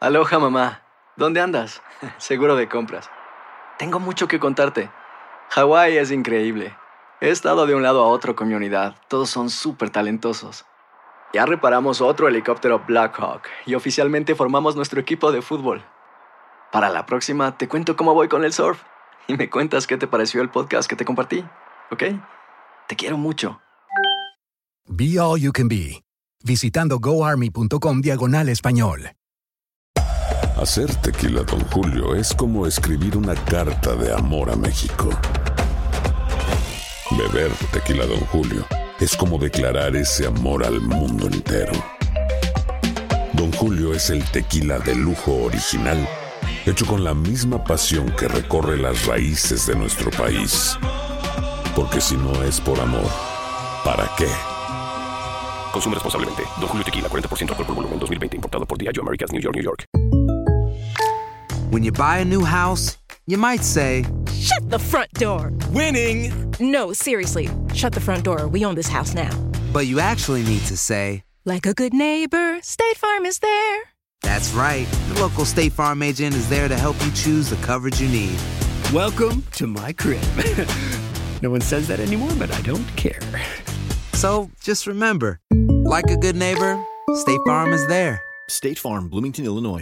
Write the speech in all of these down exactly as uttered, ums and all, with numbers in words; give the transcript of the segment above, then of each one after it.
Aloha, mamá. ¿Dónde andas? Seguro de compras. Tengo mucho que contarte. Hawái es increíble. He estado de un lado a otro con mi unidad. Todos son súper talentosos. Ya reparamos otro helicóptero Blackhawk y oficialmente formamos nuestro equipo de fútbol. Para la próxima te cuento cómo voy con el surf y me cuentas qué te pareció el podcast que te compartí, ¿ok? Te quiero mucho. Be All You Can Be, visitando goarmy.com diagonal español. Hacer tequila Don Julio es como escribir una carta de amor a México. Beber tequila Don Julio es como declarar ese amor al mundo entero. Don Julio es el tequila de lujo original, hecho con la misma pasión que recorre las raíces de nuestro país. Porque si no es por amor, ¿para qué? Consume responsablemente. Don Julio Tequila, cuarenta por ciento alcohol por volumen, dos mil veinte. Importado por Diageo Americas, New York, New York. When you buy a new house, you might say, "Shut the front door." Winning! No, seriously. Shut the front door. We own this house now. But you actually need to say, like a good neighbor, State Farm is there. That's right. The local State Farm agent is there to help you choose the coverage you need. Welcome to my crib. No one says that anymore, but I don't care. So just remember, like a good neighbor, State Farm is there. State Farm, Bloomington, Illinois.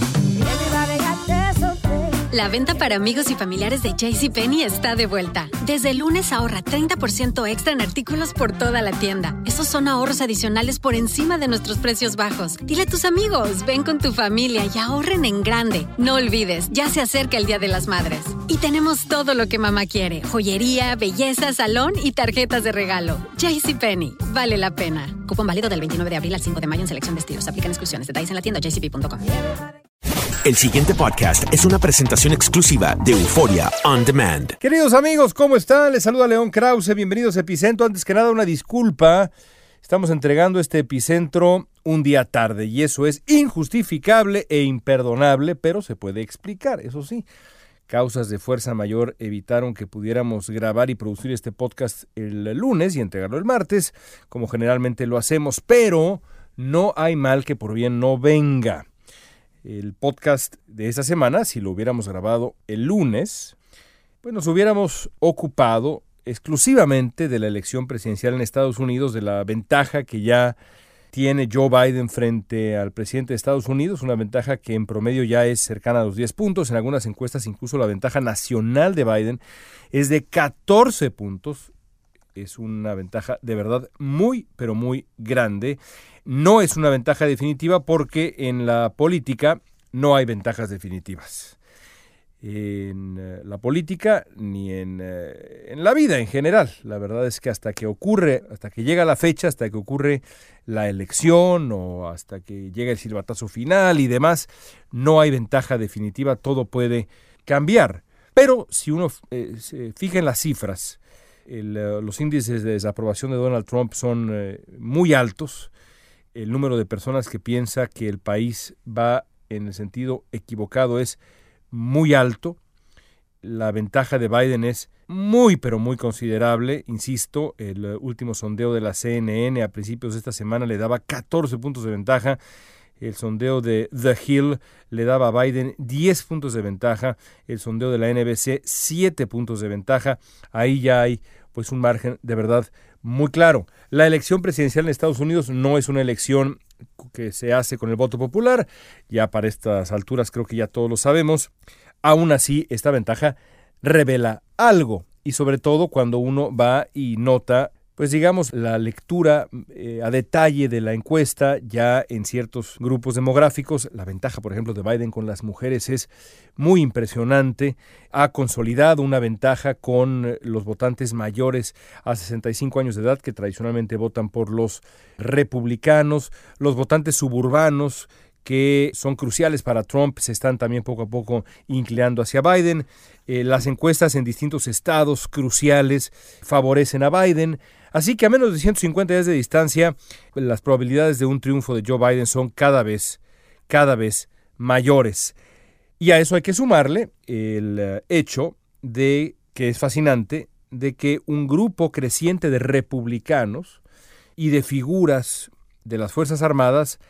La venta para amigos y familiares de JCPenney está de vuelta. Desde el lunes ahorra treinta por ciento extra en artículos por toda la tienda. Esos son ahorros adicionales por encima de nuestros precios bajos. Dile a tus amigos, ven con tu familia y ahorren en grande. No olvides, ya se acerca el Día de las Madres. Y tenemos todo lo que mamá quiere. Joyería, belleza, salón y tarjetas de regalo. JCPenney, vale la pena. Cupón válido del veintinueve de abril al cinco de mayo en selección de estilos. Aplican exclusiones. Detalles en la tienda j c p punto com. El siguiente podcast es una presentación exclusiva de Euforia On Demand. Queridos amigos, ¿cómo están? Les saluda León Krause, bienvenidos a Epicentro. Antes que nada, una disculpa. Estamos entregando este Epicentro un día tarde y eso es injustificable e imperdonable, pero se puede explicar, eso sí. Causas de fuerza mayor evitaron que pudiéramos grabar y producir este podcast el lunes y entregarlo el martes, como generalmente lo hacemos, pero no hay mal que por bien no venga. El podcast de esta semana, si lo hubiéramos grabado el lunes, pues nos hubiéramos ocupado exclusivamente de la elección presidencial en Estados Unidos, de la ventaja que ya tiene Joe Biden frente al presidente de Estados Unidos, una ventaja que en promedio ya es cercana a los diez puntos, en algunas encuestas incluso la ventaja nacional de Biden es de catorce puntos, es una ventaja de verdad muy, pero muy grande. No es una ventaja definitiva porque en la política no hay ventajas definitivas. En uh, la política ni en, uh, en la vida en general. La verdad es que hasta que ocurre, hasta que llega la fecha, hasta que ocurre la elección o hasta que llega el silbatazo final y demás, no hay ventaja definitiva, todo puede cambiar. Pero si uno eh, se fija en las cifras, el, uh, los índices de desaprobación de Donald Trump son uh, muy altos. El número de personas que piensa que el país va en el sentido equivocado es muy alto. La ventaja de Biden es muy, pero muy considerable. Insisto, el último sondeo de la C N N a principios de esta semana le daba catorce puntos de ventaja. El sondeo de The Hill le daba a Biden diez puntos de ventaja. El sondeo de la N B C, siete puntos de ventaja. Ahí ya hay pues un margen de verdad muy claro. La elección presidencial en Estados Unidos no es una elección que se hace con el voto popular. Ya para estas alturas creo que ya todos lo sabemos. Aún así, esta ventaja revela algo. Y sobre todo cuando uno va y nota, pues digamos, la lectura eh, a detalle de la encuesta ya en ciertos grupos demográficos. La ventaja, por ejemplo, de Biden con las mujeres es muy impresionante. Ha consolidado una ventaja con los votantes mayores a sesenta y cinco años de edad que tradicionalmente votan por los republicanos. Los votantes suburbanos que son cruciales para Trump se están también poco a poco inclinando hacia Biden. Eh, las encuestas en distintos estados cruciales favorecen a Biden. Así que a menos de ciento cincuenta días de distancia, las probabilidades de un triunfo de Joe Biden son cada vez, cada vez mayores. Y a eso hay que sumarle el uh, hecho de, que es fascinante, de que un grupo creciente de republicanos y de figuras de las Fuerzas Armadas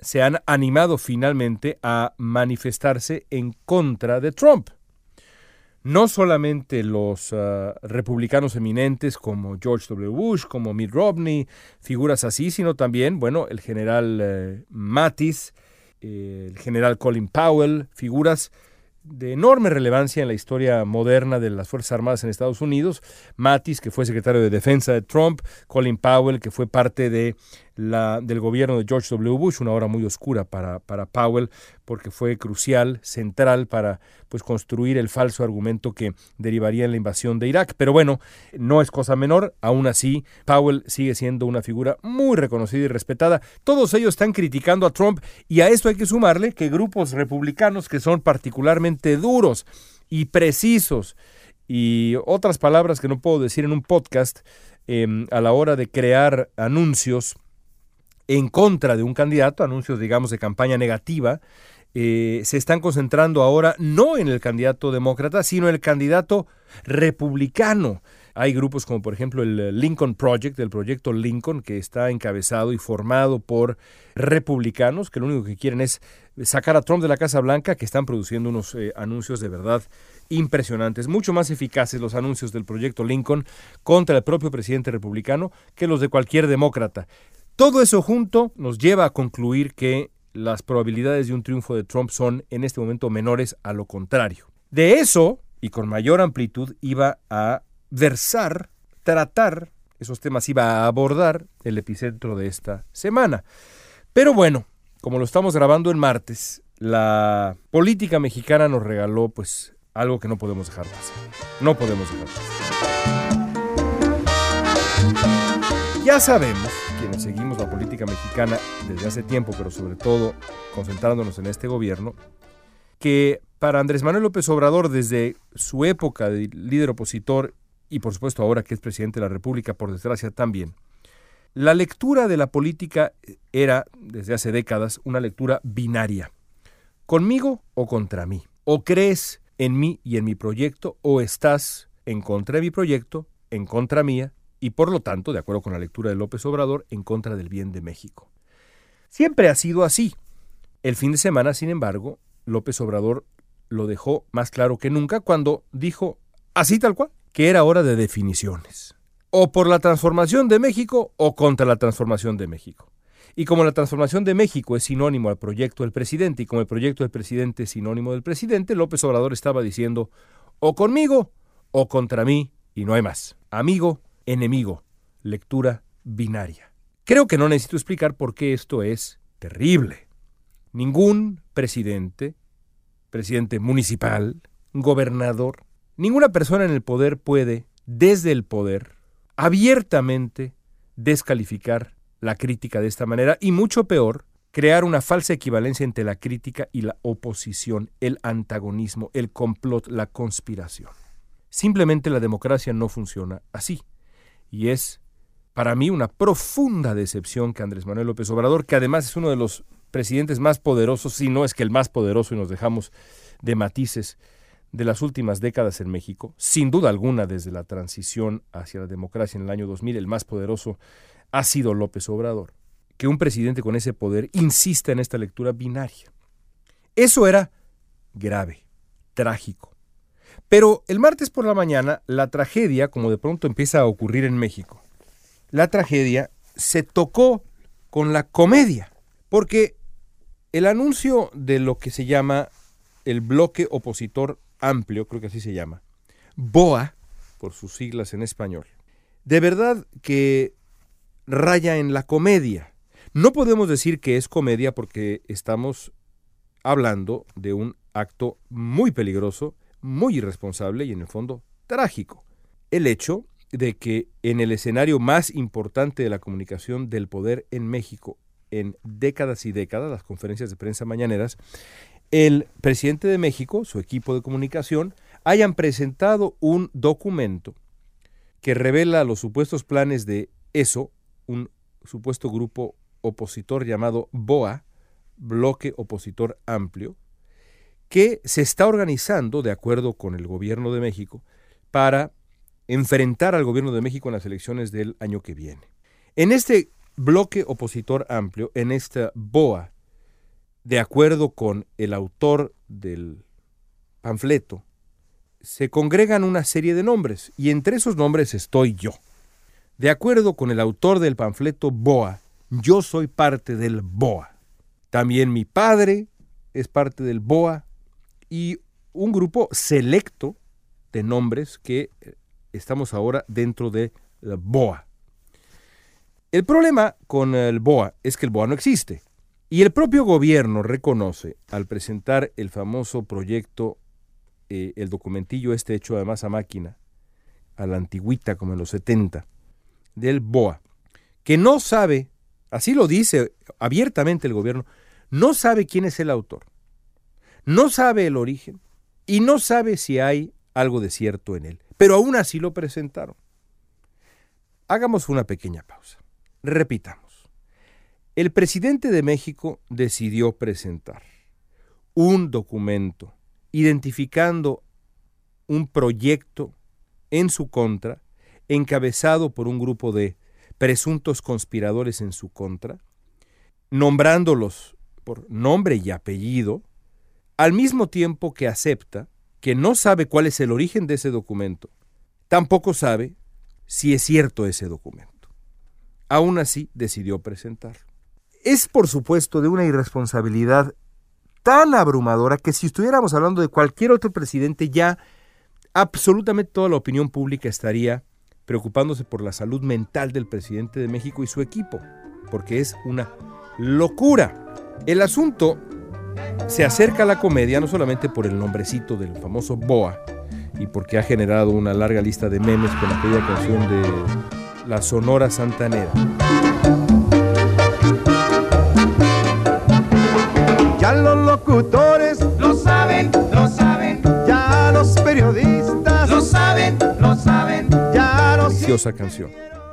se han animado finalmente a manifestarse en contra de Trump. No solamente los uh, republicanos eminentes como George doble u. Bush, como Mitt Romney, figuras así, sino también, bueno, el general eh, Mattis, eh, el general Colin Powell, figuras de enorme relevancia en la historia moderna de las Fuerzas Armadas en Estados Unidos. Mattis, que fue secretario de Defensa de Trump, Colin Powell, que fue parte de la, del gobierno de George doble u. Bush, una hora muy oscura para, para Powell, porque fue crucial, central para pues, construir el falso argumento que derivaría en la invasión de Irak. Pero bueno, no es cosa menor, aún así, Powell sigue siendo una figura muy reconocida y respetada. Todos ellos están criticando a Trump, y a esto hay que sumarle que grupos republicanos que son particularmente duros y precisos, y otras palabras que no puedo decir en un podcast, eh, a la hora de crear anuncios en contra de un candidato, anuncios, digamos, de campaña negativa, eh, se están concentrando ahora no en el candidato demócrata, sino en el candidato republicano. Hay grupos como, por ejemplo, el Lincoln Project, el proyecto Lincoln, que está encabezado y formado por republicanos, que lo único que quieren es sacar a Trump de la Casa Blanca, que están produciendo unos eh, anuncios de verdad impresionantes, mucho más eficaces los anuncios del proyecto Lincoln contra el propio presidente republicano que los de cualquier demócrata. Todo eso junto nos lleva a concluir que las probabilidades de un triunfo de Trump son en este momento menores a lo contrario. De eso, y con mayor amplitud, iba a versar, tratar, esos temas iba a abordar el epicentro de esta semana. Pero bueno, como lo estamos grabando en martes, la política mexicana nos regaló pues algo que no podemos dejar pasar. No podemos dejar pasar. Ya sabemos, quienes seguimos la política mexicana desde hace tiempo, pero sobre todo concentrándonos en este gobierno, que para Andrés Manuel López Obrador, desde su época de líder opositor y por supuesto ahora que es presidente de la República, por desgracia también, la lectura de la política era, desde hace décadas, una lectura binaria. Conmigo o contra mí. O crees en mí y en mi proyecto, o estás en contra de mi proyecto, en contra mía, y por lo tanto, de acuerdo con la lectura de López Obrador, en contra del bien de México. Siempre ha sido así. El fin de semana, sin embargo, López Obrador lo dejó más claro que nunca cuando dijo, así tal cual, que era hora de definiciones. O por la transformación de México o contra la transformación de México. Y como la transformación de México es sinónimo al proyecto del presidente y como el proyecto del presidente es sinónimo del presidente, López Obrador estaba diciendo o conmigo o contra mí y no hay más. Amigo, enemigo, lectura binaria. Creo que no necesito explicar por qué esto es terrible. Ningún presidente, presidente municipal, gobernador, ninguna persona en el poder puede, desde el poder, abiertamente descalificar la crítica de esta manera y mucho peor, crear una falsa equivalencia entre la crítica y la oposición, el antagonismo, el complot, la conspiración. Simplemente la democracia no funciona así. Y es, para mí, una profunda decepción que Andrés Manuel López Obrador, que además es uno de los presidentes más poderosos, si no es que el más poderoso, y nos dejamos de matices, de las últimas décadas en México, sin duda alguna desde la transición hacia la democracia en el año dos mil, el más poderoso ha sido López Obrador, que un presidente con ese poder insista en esta lectura binaria. Eso era grave, trágico. Pero el martes por la mañana, la tragedia, como de pronto empieza a ocurrir en México, la tragedia se tocó con la comedia, porque el anuncio de lo que se llama el bloque opositor amplio, creo que así se llama, BOA, por sus siglas en español, de verdad que raya en la comedia. No podemos decir que es comedia porque estamos hablando de un acto muy peligroso, muy irresponsable y en el fondo trágico. El hecho de que en el escenario más importante de la comunicación del poder en México en décadas y décadas, las conferencias de prensa mañaneras, el presidente de México, su equipo de comunicación, hayan presentado un documento que revela los supuestos planes de eso, un supuesto grupo opositor llamado BOA, Bloque Opositor Amplio, que se está organizando, de acuerdo con el gobierno de México, para enfrentar al gobierno de México en las elecciones del año que viene. En este bloque opositor amplio, en esta BOA, de acuerdo con el autor del panfleto, se congregan una serie de nombres, y entre esos nombres estoy yo. De acuerdo con el autor del panfleto B O A, yo soy parte del B O A. También mi padre es parte del B O A y un grupo selecto de nombres que estamos ahora dentro del B O A. El problema con el B O A es que el B O A no existe. Y el propio gobierno reconoce, al presentar el famoso proyecto, eh, el documentillo este hecho además a máquina, a la antigüita como en los setenta, del B O A, que no sabe, así lo dice abiertamente el gobierno, no sabe quién es el autor, no sabe el origen y no sabe si hay algo de cierto en él, pero aún así lo presentaron. Hagamos una pequeña pausa. Repitamos. El presidente de México decidió presentar un documento identificando un proyecto en su contra, encabezado por un grupo de presuntos conspiradores en su contra, nombrándolos por nombre y apellido, al mismo tiempo que acepta que no sabe cuál es el origen de ese documento, tampoco sabe si es cierto ese documento. Aún así, decidió presentarlo. Es, por supuesto, de una irresponsabilidad tan abrumadora que si estuviéramos hablando de cualquier otro presidente, ya absolutamente toda la opinión pública estaría preocupándose por la salud mental del presidente de México y su equipo, porque es una locura. El asunto se acerca a la comedia no solamente por el nombrecito del famoso B O A y porque ha generado una larga lista de memes con aquella canción de la Sonora Santanera. Ya los locutores lo saben, lo saben. Ya los periodistas lo saben, lo saben. Ya los... Deliciosa canción.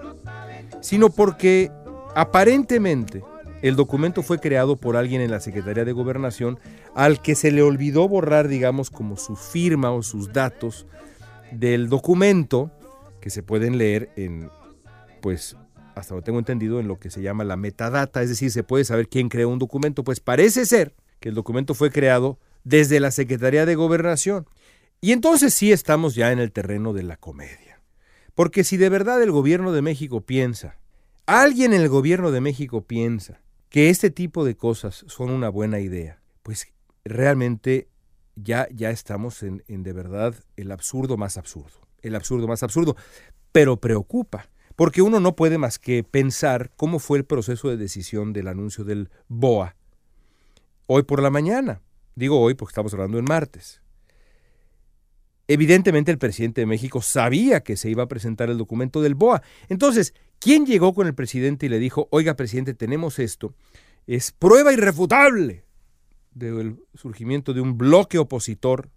Sino porque aparentemente el documento fue creado por alguien en la Secretaría de Gobernación al que se le olvidó borrar, digamos, como su firma o sus datos del documento, que se pueden leer en, pues, hasta lo tengo entendido, en lo que se llama la metadata, es decir, se puede saber quién creó un documento. Pues parece ser que el documento fue creado desde la Secretaría de Gobernación. Y entonces sí estamos ya en el terreno de la comedia. Porque si de verdad el gobierno de México piensa, alguien en el gobierno de México piensa que este tipo de cosas son una buena idea, pues realmente ya, ya estamos en, en de verdad el absurdo más absurdo, el absurdo más absurdo, pero preocupa, porque uno no puede más que pensar cómo fue el proceso de decisión del anuncio del B O A hoy por la mañana. Digo hoy porque estamos hablando en martes. Evidentemente el presidente de México sabía que se iba a presentar el documento del B O A. Entonces, ¿quién llegó con el presidente y le dijo, oiga, presidente, tenemos esto? Es prueba irrefutable del surgimiento de un bloque opositor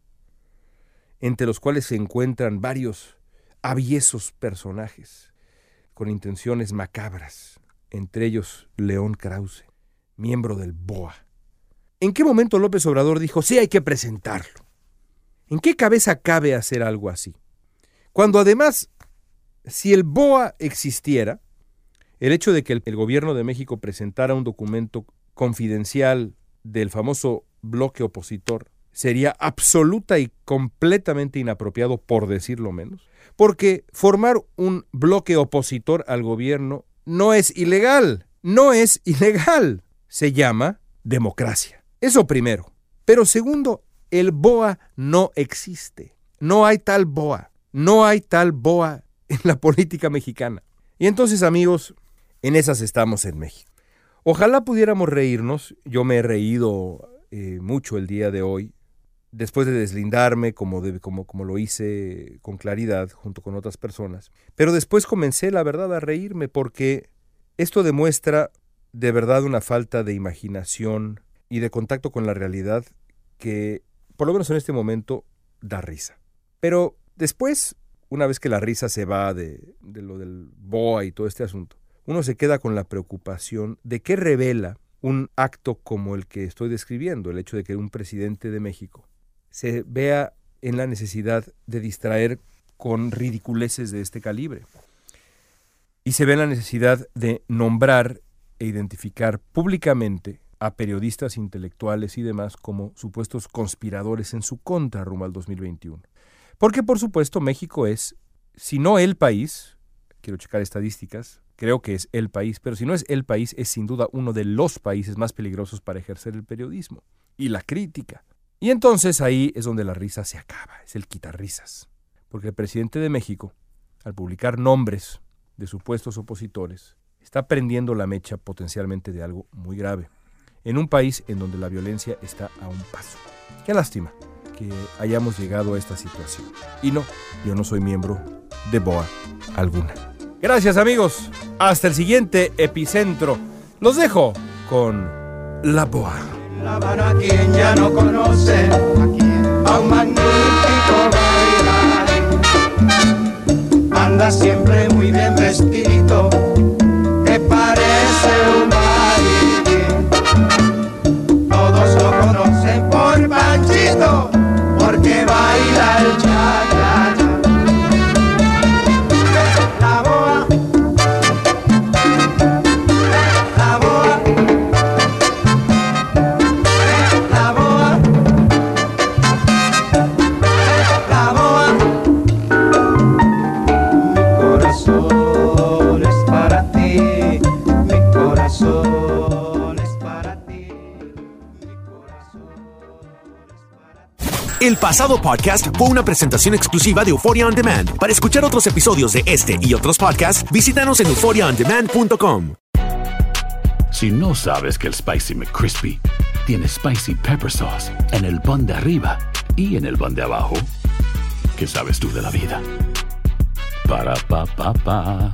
entre los cuales se encuentran varios aviesos personajes con intenciones macabras, entre ellos León Krause, miembro del B O A. ¿En qué momento López Obrador dijo, sí, hay que presentarlo? ¿En qué cabeza cabe hacer algo así? Cuando además, si el B O A existiera, el hecho de que el, el gobierno de México presentara un documento confidencial del famoso bloque opositor sería absoluta y completamente inapropiado, por decirlo menos, porque formar un bloque opositor al gobierno no es ilegal, no es ilegal, se llama democracia. Eso primero. Pero segundo, el B O A no existe. No hay tal B O A. No hay tal B O A en la política mexicana. Y entonces, amigos, en esas estamos en México. Ojalá pudiéramos reírnos. Yo me he reído eh, mucho el día de hoy, después de deslindarme, como, de, como, como lo hice con claridad, junto con otras personas. Pero después comencé, la verdad, a reírme, porque esto demuestra de verdad una falta de imaginación y de contacto con la realidad que, por lo menos en este momento, da risa. Pero después, una vez que la risa se va de, de lo del B O A y todo este asunto, uno se queda con la preocupación de qué revela un acto como el que estoy describiendo, el hecho de que un presidente de México se vea en la necesidad de distraer con ridiculeces de este calibre y se ve en la necesidad de nombrar e identificar públicamente a periodistas, intelectuales y demás como supuestos conspiradores en su contra rumbo al dos mil veintiuno. Porque, por supuesto, México es, si no el país, quiero checar estadísticas, creo que es el país, pero si no es el país, es sin duda uno de los países más peligrosos para ejercer el periodismo y la crítica. Y entonces ahí es donde la risa se acaba, es el quitarrisas. Porque el presidente de México, al publicar nombres de supuestos opositores, está prendiendo la mecha potencialmente de algo muy grave, en un país en donde la violencia está a un paso. Qué lástima que hayamos llegado a esta situación. Y no, yo no soy miembro de B O A alguna. Gracias, amigos. Hasta el siguiente Epicentro. Los dejo con la B O A. La Habana, quien ya no conoce a un magnífico bailarín. Anda siempre muy bien vestidito, que parece un bailarín. Todos lo conocen por Panchito, porque baila el cha-cha-cha. La boa, la boa, la boa, la boa. Mi corazón es para ti, mi corazón es para ti, mi corazón es para ti. El pasado podcast fue una presentación exclusiva de Euphoria On Demand. Para escuchar otros episodios de este y otros podcasts, visítanos en euphoria on demand punto com. Si no sabes que el Spicy McCrispy tiene Spicy Pepper Sauce en el pan de arriba y en el pan de abajo, ¿qué sabes tú de la vida? Para, pa, pa, pa.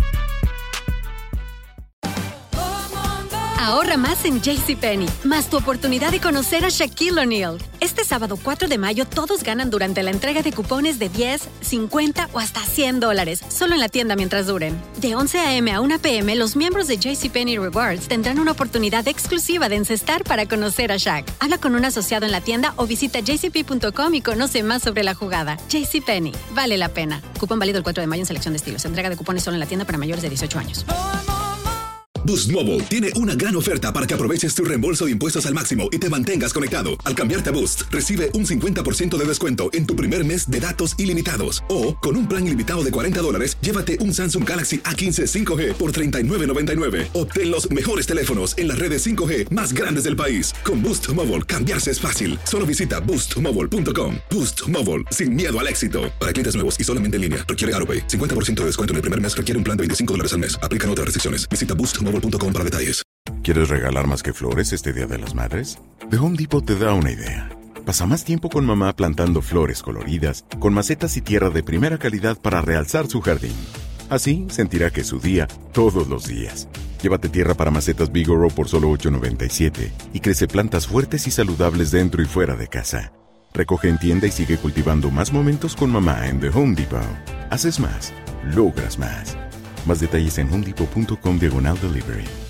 Ahorra más en JCPenney, más tu oportunidad de conocer a Shaquille O'Neal. Este sábado cuatro de mayo todos ganan durante la entrega de cupones de diez, cincuenta o hasta cien dólares, solo en la tienda mientras duren. De once a eme a una pe eme, los miembros de JCPenney Rewards tendrán una oportunidad exclusiva de encestar para conocer a Shaq. Habla con un asociado en la tienda o visita j c p punto com y conoce más sobre la jugada. JCPenney, vale la pena. Cupón válido el cuatro de mayo en selección de estilos. Entrega de cupones solo en la tienda para mayores de dieciocho años. Boost Mobile tiene una gran oferta para que aproveches tu reembolso de impuestos al máximo y te mantengas conectado. Al cambiarte a Boost, recibe un cincuenta por ciento de descuento en tu primer mes de datos ilimitados. O, con un plan ilimitado de cuarenta dólares, llévate un Samsung Galaxy A quince cinco G por treinta y nueve noventa y nueve. Obtén los mejores teléfonos en las redes cinco G más grandes del país. Con Boost Mobile, cambiarse es fácil. Solo visita boost mobile punto com. Boost Mobile, sin miedo al éxito. Para clientes nuevos y solamente en línea, requiere AutoPay. cincuenta por ciento de descuento en el primer mes requiere un plan de veinticinco dólares al mes. Aplican otras restricciones. Visita boost mobile punto com para detalles. ¿Quieres regalar más que flores este Día de las Madres? The Home Depot te da una idea. Pasa más tiempo con mamá plantando flores coloridas, con macetas y tierra de primera calidad para realzar su jardín. Así sentirá que es su día todos los días. Llévate tierra para macetas Bigoro por solo ocho noventa y siete y crece plantas fuertes y saludables dentro y fuera de casa. Recoge en tienda y sigue cultivando más momentos con mamá en The Home Depot. Haces más, logras más. Más detalles en home depot punto com diagonal delivery.